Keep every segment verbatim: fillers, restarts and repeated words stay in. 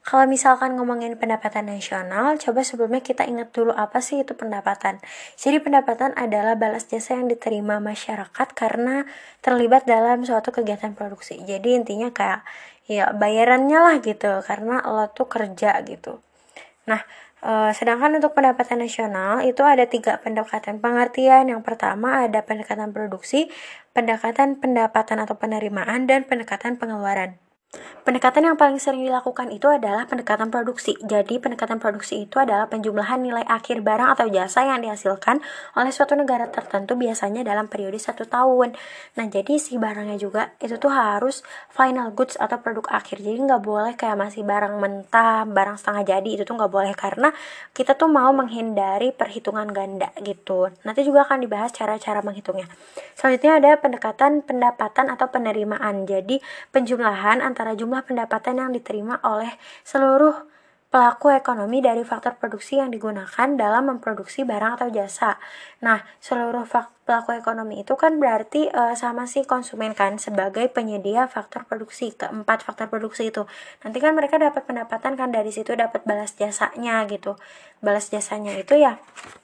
Kalau misalkan ngomongin pendapatan nasional, coba sebelumnya kita ingat dulu apa sih itu pendapatan. Jadi pendapatan adalah balas jasa yang diterima masyarakat karena terlibat dalam suatu kegiatan produksi. Jadi intinya kayak ya bayarannya lah gitu, karena lo tuh kerja gitu. Nah, eh, sedangkan untuk pendapatan nasional itu ada tiga pendekatan pengertian. Yang pertama ada pendekatan produksi, pendekatan pendapatan atau penerimaan, dan pendekatan pengeluaran. Pendekatan yang paling sering dilakukan itu adalah pendekatan produksi. Jadi, pendekatan produksi itu adalah penjumlahan nilai akhir barang atau jasa yang dihasilkan oleh suatu negara tertentu biasanya dalam periode satu tahun. Nah, jadi si barangnya juga itu tuh harus final goods atau produk akhir. Jadi nggak boleh kayak masih barang mentah, barang setengah jadi, itu tuh nggak boleh karena kita tuh mau menghindari perhitungan ganda gitu. Nanti juga akan dibahas cara-cara menghitungnya. Selanjutnya ada pendekatan pendapatan atau penerimaan. Jadi, penjumlahan antara jumlah pendapatan yang diterima oleh seluruh pelaku ekonomi dari faktor produksi yang digunakan dalam memproduksi barang atau jasa. Nah, seluruh fak- pelaku ekonomi itu kan berarti e, sama si konsumen kan sebagai penyedia faktor produksi, keempat faktor produksi itu. Nanti kan mereka dapat pendapatan kan dari situ, dapat balas jasanya gitu. Balas jasanya itu ya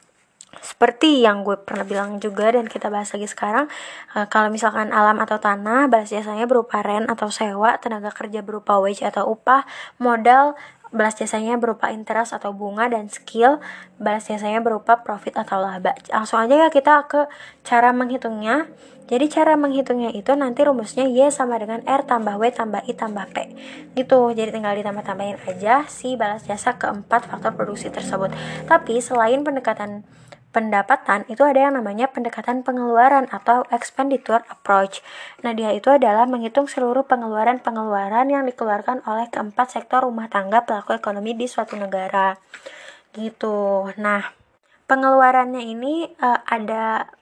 seperti yang gue pernah bilang juga dan kita bahas lagi sekarang, e, kalau misalkan alam atau tanah, balas jasanya berupa rent atau sewa, tenaga kerja berupa wage atau upah, modal, balas jasanya berupa interest atau bunga, dan skill, balas jasanya berupa profit atau laba. Langsung aja ya kita ke cara menghitungnya. Jadi cara menghitungnya itu nanti rumusnya Y sama dengan R tambah W tambah I tambah P gitu. Jadi tinggal ditambah-tambahin aja si balas jasa keempat faktor produksi tersebut. Tapi selain pendekatan pendapatan, itu ada yang namanya pendekatan pengeluaran atau expenditure approach. Nah, dia itu adalah menghitung seluruh pengeluaran-pengeluaran yang dikeluarkan oleh keempat sektor rumah tangga pelaku ekonomi di suatu negara. Gitu. Nah, pengeluarannya ini uh, ada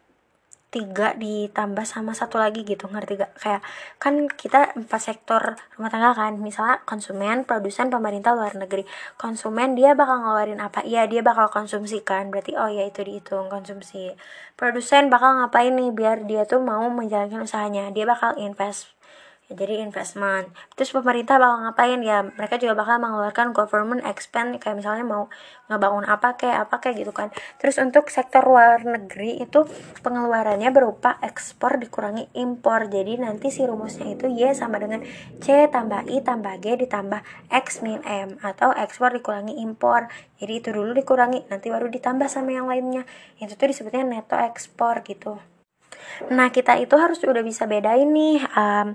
tiga ditambah sama satu lagi gitu, ngerti gak? Kayak kan kita empat sektor rumah tangga kan, misalnya konsumen, produsen, pemerintah, luar negeri. Konsumen dia bakal ngeluarin apa? Iya, dia bakal konsumsi kan, berarti oh ya itu dihitung konsumsi. Produsen bakal ngapain nih biar dia tuh mau menjalankan usahanya? Dia bakal invest, ya, jadi investment. Terus pemerintah bakal ngapain ya? Mereka juga bakal mengeluarkan government expense, kayak misalnya mau ngebangun apa kayak apa kayak gitu kan. Terus untuk sektor luar negeri itu pengeluarannya berupa ekspor dikurangi impor. Jadi nanti si rumusnya itu Y sama dengan C tambah I tambah G ditambah X min M, atau ekspor dikurangi impor. Jadi itu dulu dikurangi, nanti baru ditambah sama yang lainnya. Itu tuh disebutnya neto ekspor gitu. Nah, kita itu harus udah bisa bedain nih um,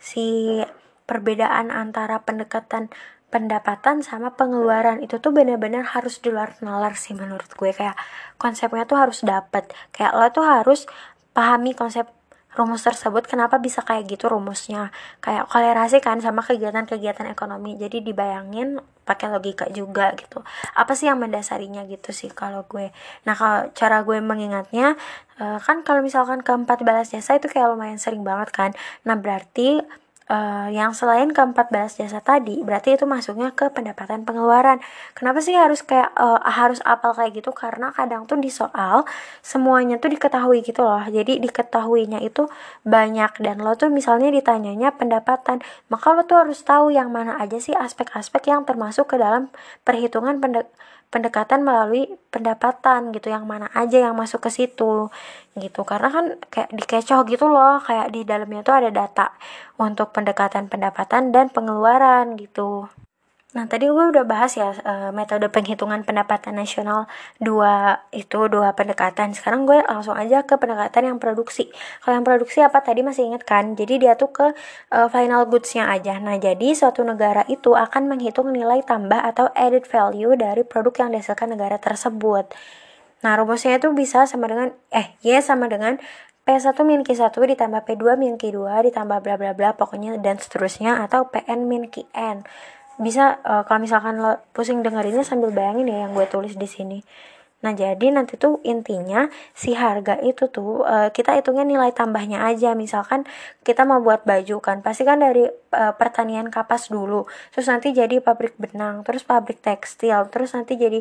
si perbedaan antara pendekatan pendapatan sama pengeluaran. Itu tuh benar-benar harus diluar nalar sih menurut gue. Kayak konsepnya tuh harus dapet. Kayak lo tuh harus pahami konsep rumus tersebut, kenapa bisa kayak gitu rumusnya, kayak kolerasi kan sama kegiatan-kegiatan ekonomi. Jadi dibayangin pakai logika juga gitu, apa sih yang mendasarinya gitu sih kalau gue. Nah, kalau cara gue mengingatnya, Uh, kan kalau misalkan keempat balas jasa itu kayak lumayan sering banget kan. Nah, berarti uh, yang selain keempat balas jasa tadi, berarti itu masuknya ke pendapatan pengeluaran. Kenapa sih harus kayak uh, harus apal kayak gitu? Karena kadang tuh di soal semuanya tuh diketahui gitu loh. Jadi diketahuinya itu banyak, dan lo tuh misalnya ditanyanya pendapatan, maka lo tuh harus tahu yang mana aja sih aspek-aspek yang termasuk ke dalam perhitungan pendek pendekatan melalui pendapatan gitu, yang mana aja yang masuk ke situ gitu. Karena kan kayak dikecoh gitu loh, kayak di dalamnya tuh ada data untuk pendekatan pendapatan dan pengeluaran gitu. Nah, tadi gue udah bahas ya e, metode penghitungan pendapatan nasional, dua itu dua pendekatan. Sekarang gue langsung aja ke pendekatan yang produksi. Kalau yang produksi apa tadi masih inget kan? Jadi dia tuh ke e, final goods-nya aja. Nah, jadi suatu negara itu akan menghitung nilai tambah atau added value dari produk yang dihasilkan negara tersebut. Nah, rumusnya itu bisa sama dengan eh Y sama dengan P satu min Q satu ditambah P dua min Q dua ditambah bla bla bla pokoknya dan seterusnya, atau P N min Q N. Bisa uh, kalau misalkan lo pusing dengerinnya sambil bayangin ya yang gue tulis di sini. Nah, jadi nanti tuh intinya si harga itu tuh uh, kita hitungnya nilai tambahnya aja. Misalkan kita mau buat baju kan, pasti kan dari uh, pertanian kapas dulu, terus nanti jadi pabrik benang, terus pabrik tekstil, terus nanti jadi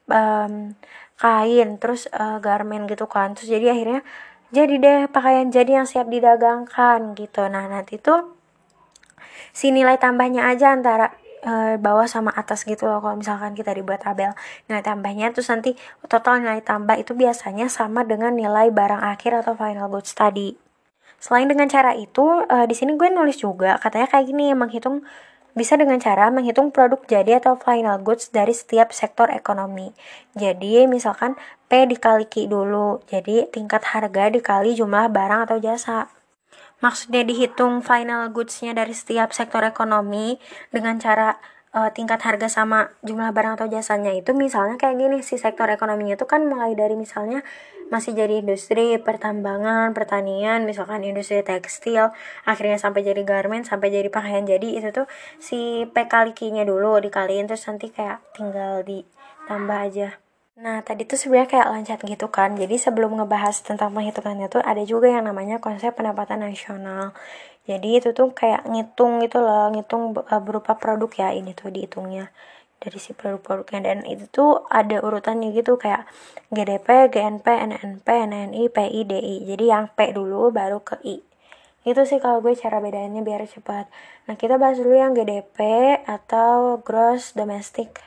um, kain, terus uh, garmen gitu kan, terus jadi akhirnya jadi deh pakaian jadi yang siap didagangkan gitu. Nah, nanti tuh si nilai tambahnya aja antara e, bawah sama atas gitu loh kalau misalkan kita dibuat tabel nilai tambahnya. Terus nanti total nilai tambah itu biasanya sama dengan nilai barang akhir atau final goods tadi. Selain dengan cara itu, e, di sini gue nulis juga katanya kayak gini, menghitung bisa dengan cara menghitung produk jadi atau final goods dari setiap sektor ekonomi. Jadi misalkan P dikali Q dulu, jadi tingkat harga dikali jumlah barang atau jasa. Maksudnya dihitung final goods-nya dari setiap sektor ekonomi dengan cara uh, tingkat harga sama jumlah barang atau jasanya itu misalnya kayak gini, si sektor ekonominya itu kan mulai dari misalnya masih jadi industri, pertambangan, pertanian, misalkan industri tekstil, akhirnya sampai jadi garment, sampai jadi pakaian. Jadi itu tuh si P kali Q-nya dulu dikaliin terus nanti kayak tinggal ditambah aja. Nah, tadi tuh sebenarnya kayak loncat gitu kan. Jadi sebelum ngebahas tentang penghitungannya tuh ada juga yang namanya konsep pendapatan nasional. Jadi itu tuh kayak ngitung gitu loh, ngitung berupa produk ya, ini tuh dihitungnya dari si produk-produknya, dan itu tuh ada urutannya gitu kayak G D P, G N P, N N P, N N I, P I, D I. Jadi yang P dulu baru ke I. Itu sih kalau gue cara bedainnya biar cepat. Nah, kita bahas dulu yang G D P atau Gross Domestic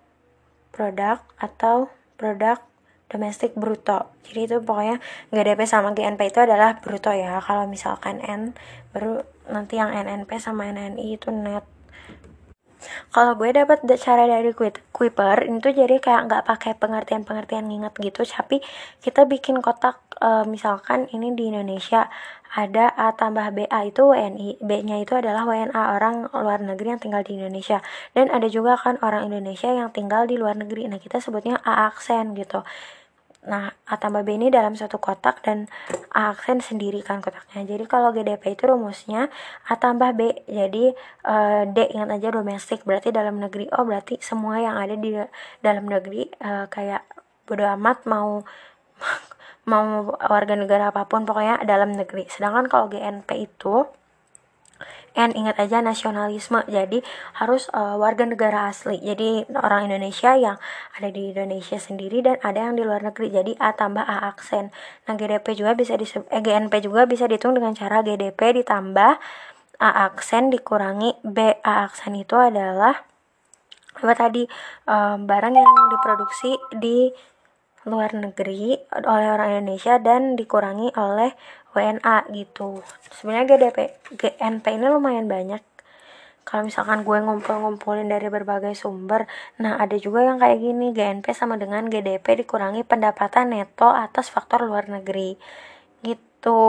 Product atau produk domestik bruto. Jadi itu pokoknya G D P sama G N P itu adalah bruto ya. Kalau misalkan N baru nanti yang N N P sama N N I itu net. Kalau gue dapat cara dari Kuiper itu jadi kayak nggak pakai pengertian-pengertian nginget gitu, tapi kita bikin kotak e, misalkan ini di Indonesia ada A tambah B A itu W N I, B-nya itu adalah W N A, orang luar negeri yang tinggal di Indonesia, dan ada juga kan orang Indonesia yang tinggal di luar negeri. Nah, kita sebutnya A aksen gitu. Nah, A tambah B ini dalam satu kotak dan A aksen sendiri kan kotaknya. Jadi kalau G D P itu rumusnya A tambah B. Jadi e, D ingat aja domestik, berarti dalam negeri. Oh, berarti semua yang ada di dalam negeri e, kayak bodo amat mau mau warga negara apapun, pokoknya dalam negeri. Sedangkan kalau G N P itu N ingat aja nasionalisme, jadi harus uh, warga negara asli, jadi orang Indonesia yang ada di Indonesia sendiri dan ada yang di luar negeri. Jadi A tambah A aksen. Nah, G D P juga bisa disebut, eh, G N P juga bisa dihitung dengan cara G D P ditambah A aksen dikurangi B. A aksen itu adalah apa tadi, uh, barang yang diproduksi di luar negeri oleh orang Indonesia dan dikurangi oleh W N A gitu. Sebenarnya G D P, G N P ini lumayan banyak. Kalau misalkan gue ngumpul-ngumpulin dari berbagai sumber, nah ada juga yang kayak gini, G N P sama dengan G D P dikurangi pendapatan neto atas faktor luar negeri. Gitu.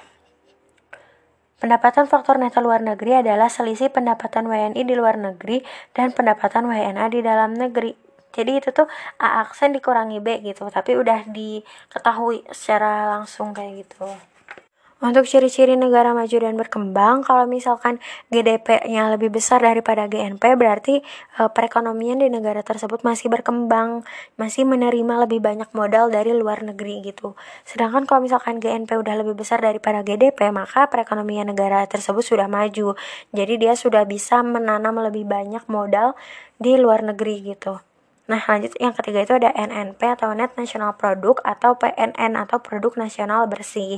Pendapatan faktor neto luar negeri adalah selisih pendapatan W N I di luar negeri dan pendapatan W N A di dalam negeri. Jadi itu tuh A aksen dikurangi B gitu, tapi udah diketahui secara langsung kayak gitu. Untuk ciri-ciri negara maju dan berkembang, kalau misalkan G D P-nya lebih besar daripada G N P, berarti e, perekonomian di negara tersebut masih berkembang, masih menerima lebih banyak modal dari luar negeri gitu. Sedangkan kalau misalkan G N P udah lebih besar daripada G D P, maka perekonomian negara tersebut sudah maju. Jadi dia sudah bisa menanam lebih banyak modal di luar negeri gitu. Nah, lanjut yang ketiga itu ada N N P atau Net National Product atau P N N atau Produk Nasional Bersih,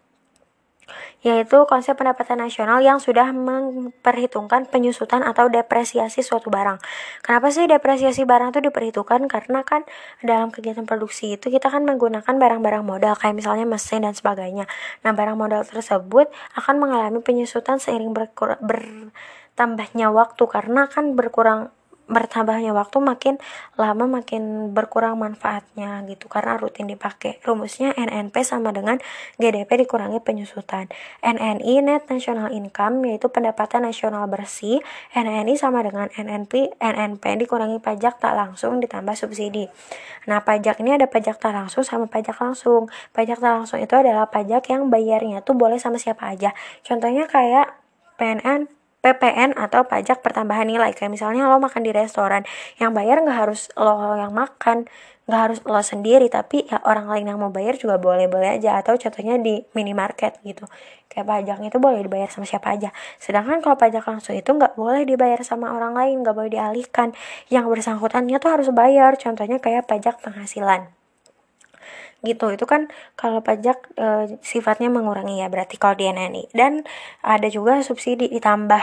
yaitu konsep pendapatan nasional yang sudah memperhitungkan penyusutan atau depresiasi suatu barang. Kenapa sih depresiasi barang itu diperhitungkan? Karena kan dalam kegiatan produksi itu kita kan menggunakan barang-barang modal kayak misalnya mesin dan sebagainya. Nah, barang modal tersebut akan mengalami penyusutan seiring berkur- bertambahnya waktu, karena kan berkurang bertambahnya waktu makin lama makin berkurang manfaatnya gitu karena rutin dipakai. Rumusnya N N P sama dengan G D P dikurangi penyusutan. N N I Net National Income yaitu pendapatan nasional bersih. N N I sama dengan N N P N N P dikurangi pajak tak langsung ditambah subsidi. Nah, pajak ini ada pajak tak langsung sama pajak langsung. Pajak tak langsung itu adalah pajak yang bayarnya tuh boleh sama siapa aja. Contohnya kayak P N N P P N atau pajak pertambahan nilai. Kayak misalnya lo makan di restoran, yang bayar gak harus lo yang makan, gak harus lo sendiri, tapi ya orang lain yang mau bayar juga boleh-boleh aja. Atau contohnya di minimarket gitu, kayak pajaknya itu boleh dibayar sama siapa aja. Sedangkan kalau pajak langsung itu gak boleh dibayar sama orang lain, gak boleh dialihkan. Yang bersangkutannya tuh harus bayar. Contohnya kayak pajak penghasilan gitu. Itu kan kalau pajak e, sifatnya mengurangi ya, berarti kalau di N N I. Dan ada juga subsidi ditambah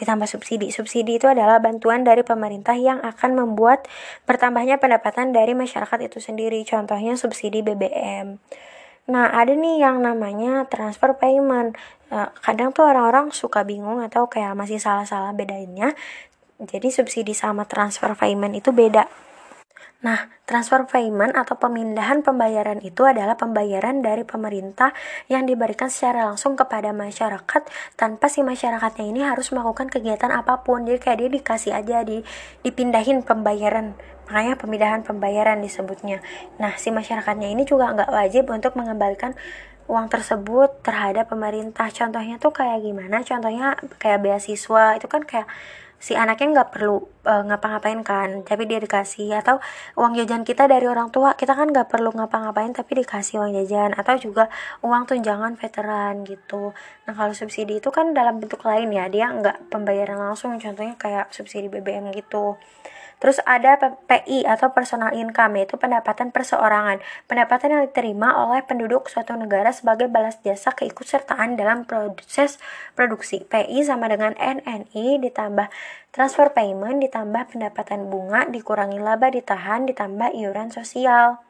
ditambah subsidi. Subsidi itu adalah bantuan dari pemerintah yang akan membuat bertambahnya pendapatan dari masyarakat itu sendiri. Contohnya subsidi B B M. Nah, ada nih yang namanya transfer payment. Uh, kadang tuh orang-orang suka bingung atau kayak masih salah-salah bedainnya. Jadi subsidi sama transfer payment itu beda. Nah, transfer payment atau pemindahan pembayaran itu adalah pembayaran dari pemerintah yang diberikan secara langsung kepada masyarakat tanpa si masyarakatnya ini harus melakukan kegiatan apapun. Jadi kayak dia dikasih aja, di, dipindahin pembayaran. Makanya pemindahan pembayaran disebutnya. Nah, si masyarakatnya ini juga nggak wajib untuk mengembalikan uang tersebut terhadap pemerintah. Contohnya tuh kayak gimana? Contohnya kayak beasiswa, itu kan kayak si anaknya nggak perlu uh, ngapa-ngapain kan, tapi dia dikasih. Atau uang jajan kita dari orang tua, kita kan nggak perlu ngapa-ngapain tapi dikasih uang jajan. Atau juga uang tunjangan veteran gitu. Nah, kalau subsidi itu kan dalam bentuk lain ya, dia nggak pembayaran langsung, contohnya kayak subsidi B B M gitu. Terus ada P I atau personal income, yaitu pendapatan perseorangan. Pendapatan yang diterima oleh penduduk suatu negara sebagai balas jasa keikutsertaan dalam proses produksi. P I sama dengan N N I ditambah transfer payment ditambah pendapatan bunga dikurangi laba ditahan ditambah iuran sosial.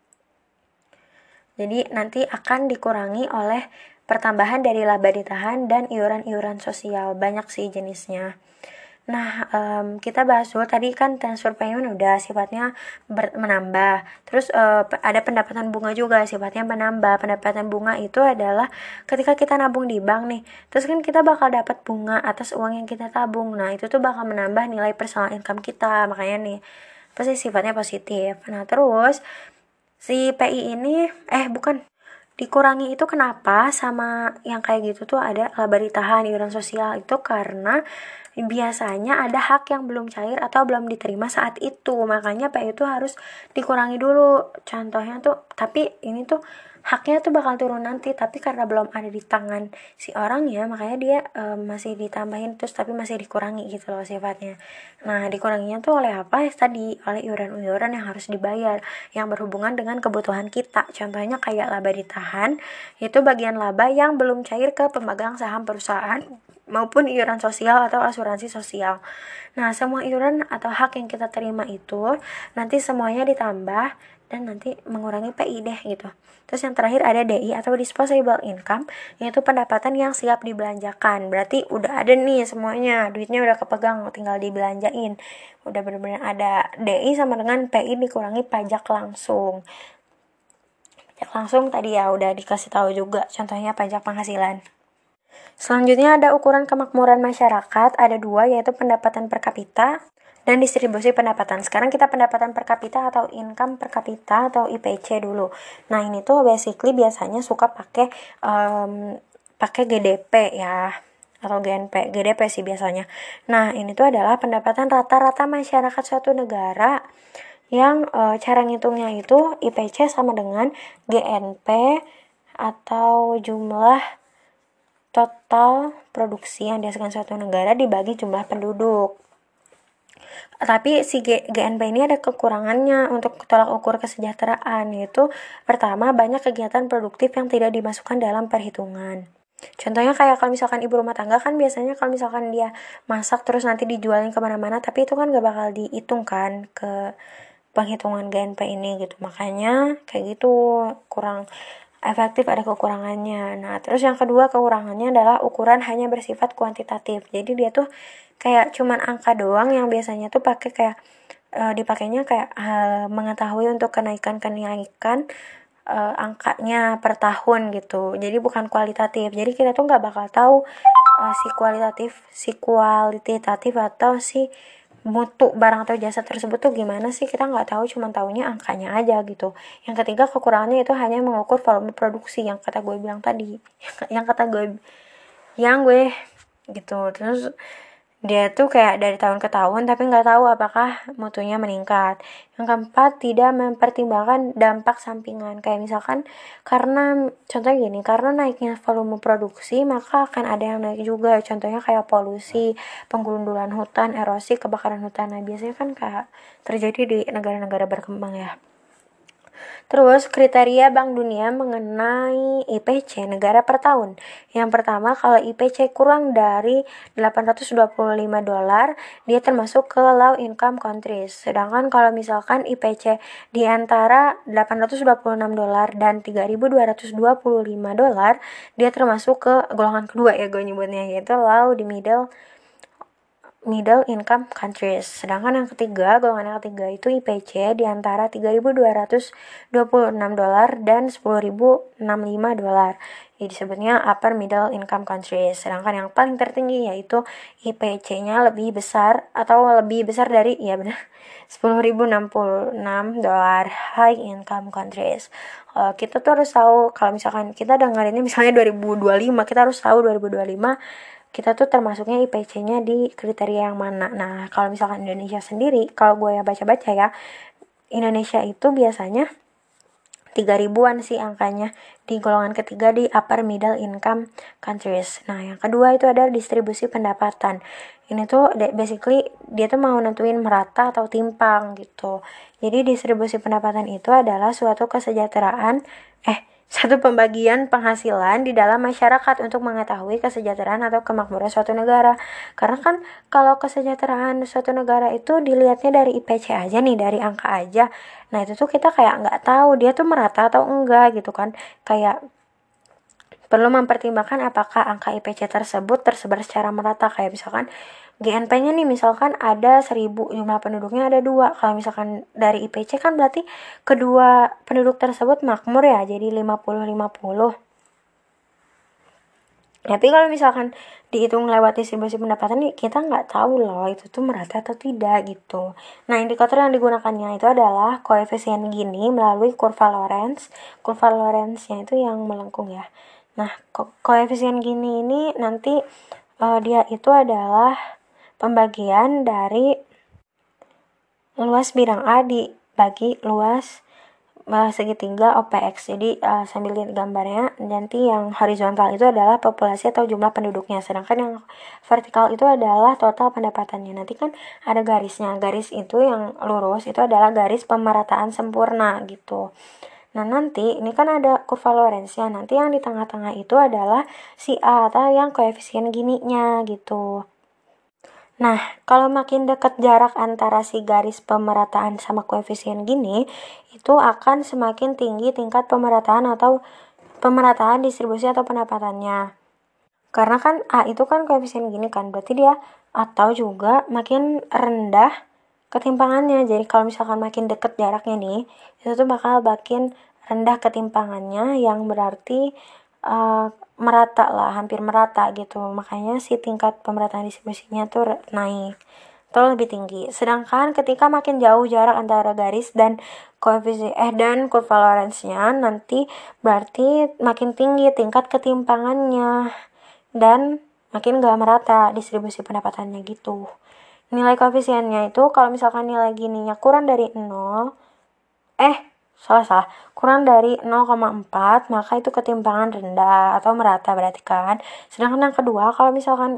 Jadi nanti akan dikurangi oleh pertambahan dari laba ditahan dan iuran-iuran sosial. Banyak sih jenisnya. Nah, um, kita bahas dulu tadi kan transfer payment udah sifatnya ber- menambah. Terus uh, ada pendapatan bunga juga sifatnya menambah. Pendapatan bunga itu adalah ketika kita nabung di bank nih, terus kan kita bakal dapat bunga atas uang yang kita tabung. Nah, itu tuh bakal menambah nilai personal income kita. Makanya nih, pasti sifatnya positif. Nah, terus si P I ini eh bukan dikurangi itu kenapa sama yang kayak gitu tuh ada laba ditahan iuran sosial itu karena biasanya ada hak yang belum cair atau belum diterima saat itu, makanya P I itu harus dikurangi dulu. Contohnya tuh, tapi ini tuh haknya tuh bakal turun nanti, tapi karena belum ada di tangan si orangnya makanya dia e, masih ditambahin terus tapi masih dikurangi gitu loh sifatnya. Nah, dikuranginya tuh oleh apa? Ya, tadi oleh iuran-iuran yang harus dibayar yang berhubungan dengan kebutuhan kita. Contohnya kayak laba ditahan, itu bagian laba yang belum cair ke pemegang saham perusahaan maupun iuran sosial atau asuransi sosial. Nah, semua iuran atau hak yang kita terima itu nanti semuanya ditambah dan nanti mengurangi P I deh gitu. Terus yang terakhir ada D I atau disposable income, yaitu pendapatan yang siap dibelanjakan. Berarti udah ada nih semuanya, duitnya udah kepegang, tinggal dibelanjain. Udah benar-benar ada. D I sama dengan P I dikurangi pajak langsung. Pajak langsung tadi ya udah dikasih tahu juga, contohnya pajak penghasilan. Selanjutnya ada ukuran kemakmuran masyarakat, ada dua, yaitu pendapatan per kapita dan distribusi pendapatan. Sekarang kita pendapatan per kapita atau income per kapita atau I P C dulu. Nah, ini tuh basically biasanya suka pakai um, pakai G D P ya atau G N P, G D P sih biasanya. Nah, ini tuh adalah pendapatan rata-rata masyarakat suatu negara yang e, cara ngitungnya itu I P C sama dengan G N P atau jumlah total produksi yang dihasilkan suatu negara dibagi jumlah penduduk. Tapi si G- GNP ini ada kekurangannya untuk tolak ukur kesejahteraan, yaitu pertama banyak kegiatan produktif yang tidak dimasukkan dalam perhitungan. Contohnya kayak kalau misalkan ibu rumah tangga kan biasanya kalau misalkan dia masak terus nanti dijualin kemana-mana, tapi itu kan gak bakal dihitung kan ke penghitungan G N P ini gitu. Makanya kayak gitu kurang efektif, ada kekurangannya. Nah, terus yang kedua kekurangannya adalah ukuran hanya bersifat kuantitatif. Jadi dia tuh kayak cuman angka doang yang biasanya tuh pakai kayak e, dipakainya kayak e, mengetahui untuk kenaikan-kenaikan e, angkanya per tahun gitu. Jadi bukan kualitatif. Jadi kita tuh nggak bakal tahu e, si kualitatif, si kualitatif atau si mutu barang atau jasa tersebut tuh gimana sih, kita nggak tahu, cuma taunya angkanya aja gitu. Yang ketiga kekurangannya itu hanya mengukur volume produksi yang kata gue bilang tadi, yang kata gue yang gue gitu. Terus dia tuh kayak dari tahun ke tahun tapi nggak tahu apakah mutunya meningkat. Yang keempat tidak mempertimbangkan dampak sampingan, kayak misalkan karena contohnya gini, karena naiknya volume produksi maka akan ada yang naik juga, contohnya kayak polusi, penggundulan hutan, erosi, kebakaran hutan. Nah, biasanya kan kayak terjadi di negara-negara berkembang ya. Terus kriteria Bank Dunia mengenai I P C negara per tahun. Yang pertama, kalau I P C kurang dari delapan ratus dua puluh lima dolar, dia termasuk ke low income countries. Sedangkan kalau misalkan I P C di antara delapan ratus dua puluh enam dolar dan tiga ribu dua ratus dua puluh lima dolar, dia termasuk ke golongan kedua ya gue nyebutnya, yaitu low di middle middle income countries. Sedangkan yang ketiga, golongan yang ketiga itu I P C di antara tiga ribu dua ratus dua puluh enam dolar dan sepuluh ribu enam puluh lima dolar. Jadi disebutnya upper middle income countries. Sedangkan yang paling tertinggi yaitu I P C-nya lebih besar atau lebih besar dari, ya benar, sepuluh ribu enam puluh enam dolar, high income countries. Uh, kita tuh harus tahu kalau misalkan kita dengerinnya misalnya dua ribu dua puluh lima, kita harus tahu dua ribu dua puluh lima kita tuh termasuknya I P C-nya di kriteria yang mana. Nah, kalau misalkan Indonesia sendiri, kalau gue yang baca-baca ya, Indonesia itu biasanya tiga ribuan sih angkanya di golongan ketiga di upper middle income countries. Nah, yang kedua itu adalah distribusi pendapatan. Ini tuh basically dia tuh mau nentuin merata atau timpang gitu. Jadi distribusi pendapatan itu adalah suatu kesejahteraan eh satu pembagian penghasilan di dalam masyarakat untuk mengetahui kesejahteraan atau kemakmuran suatu negara. Karena kan kalau kesejahteraan suatu negara itu dilihatnya dari I P C aja nih, dari angka aja. Nah itu tuh kita kayak nggak tahu dia tuh merata atau enggak gitu kan. Kayak perlu mempertimbangkan apakah angka I P C tersebut tersebar secara merata. Kayak misalkan G N P-nya nih misalkan ada seribu, jumlah penduduknya ada dua. Kalau misalkan dari I P C kan berarti kedua penduduk tersebut makmur ya, jadi lima puluh lima puluh. Tapi kalau misalkan dihitung lewat distribusi pendapatan nih, kita nggak tahu loh itu tuh merata atau tidak gitu. Nah, indikator yang digunakannya itu adalah koefisien Gini melalui kurva Lorenz. Kurva Lorenz-nya itu yang melengkung ya. Nah, ko- koefisien Gini ini nanti uh, dia itu adalah pembagian dari luas bidang A dibagi luas uh, segitiga O P X. Jadi uh, sambil lihat gambarnya, nanti yang horizontal itu adalah populasi atau jumlah penduduknya, sedangkan yang vertikal itu adalah total pendapatannya. Nanti kan ada garisnya, garis itu yang lurus itu adalah garis pemerataan sempurna gitu. Nah nanti ini kan ada kurva Lorenz-nya, nanti yang di tengah-tengah itu adalah si A atau yang koefisien Gini-nya gitu. Nah, kalau makin dekat jarak antara si garis pemerataan sama koefisien Gini, itu akan semakin tinggi tingkat pemerataan atau pemerataan distribusi atau pendapatannya. Karena kan A itu kan koefisien Gini kan, berarti dia atau juga makin rendah ketimpangannya. Jadi kalau misalkan makin dekat jaraknya nih, itu tuh bakal makin rendah ketimpangannya, yang berarti uh, merata lah, hampir merata gitu. Makanya si tingkat pemerataan distribusinya tuh naik atau lebih tinggi. Sedangkan ketika makin jauh jarak antara garis dan koefisien eh dan kurva Lorenz-nya, nanti berarti makin tinggi tingkat ketimpangannya dan makin gak merata distribusi pendapatannya gitu. Nilai koefisiennya itu kalau misalkan nilai Gininya kurang dari nol, eh salah salah kurang dari nol koma empat, maka itu ketimpangan rendah atau merata berarti kan. Sedangkan yang kedua, kalau misalkan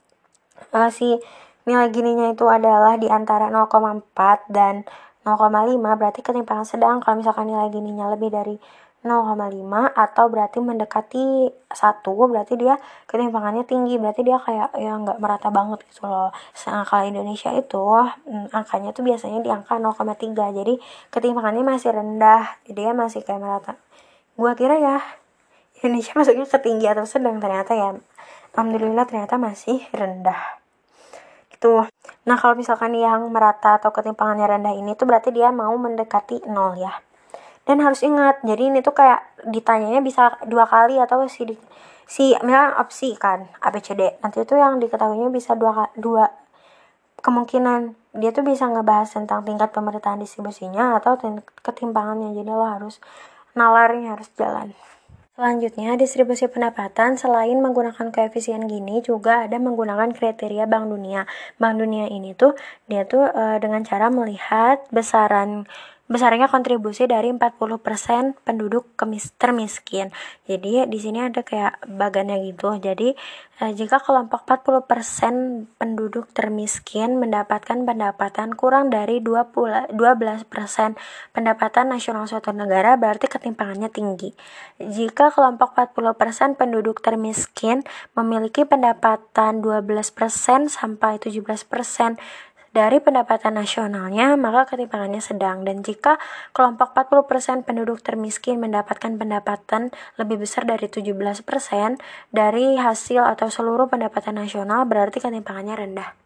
uh, si nilai Gininya itu adalah di antara nol koma empat dan nol koma lima, berarti ketimpangan sedang. Kalau misalkan nilai Gininya lebih dari nol koma lima atau berarti mendekati satu, berarti dia ketimpangannya tinggi, berarti dia kayak ya nggak merata banget gitu loh. Sedangkan kalau Indonesia itu hmm, angkanya tuh biasanya di angka nol koma tiga, jadi ketimpangannya masih rendah, jadi ya masih kayak merata. Gua kira ya Indonesia masuknya ke tinggi atau sedang, ternyata ya alhamdulillah ternyata masih rendah gitu. Nah kalau misalkan yang merata atau ketimpangannya rendah ini tuh berarti dia mau mendekati nol ya. Dan harus ingat, jadi ini tuh kayak ditanyanya bisa dua kali atau si di, si misalnya opsi kan A B C D. Nanti itu yang diketahuinya bisa dua dua kemungkinan. Dia tuh bisa ngebahas tentang tingkat pemerataan distribusinya atau ketimpangannya. Jadi lo harus nalarnya harus jalan. Selanjutnya, distribusi pendapatan selain menggunakan koefisien Gini juga ada menggunakan kriteria Bank Dunia. Bank Dunia ini tuh dia tuh e, dengan cara melihat besaran besarnya kontribusi dari empat puluh persen penduduk kemis- termiskin. Jadi di sini ada kayak bagannya gitu. Jadi eh, jika kelompok empat puluh persen penduduk termiskin mendapatkan pendapatan kurang dari dua puluh dua belas persen pendapatan nasional suatu negara, berarti ketimpangannya tinggi. Jika kelompok empat puluh persen penduduk termiskin memiliki pendapatan dua belas persen sampai tujuh belas persen dari pendapatan nasionalnya, maka ketimpangannya sedang. Dan jika kelompok empat puluh persen penduduk termiskin mendapatkan pendapatan lebih besar dari tujuh belas persen dari hasil atau seluruh pendapatan nasional, berarti ketimpangannya rendah.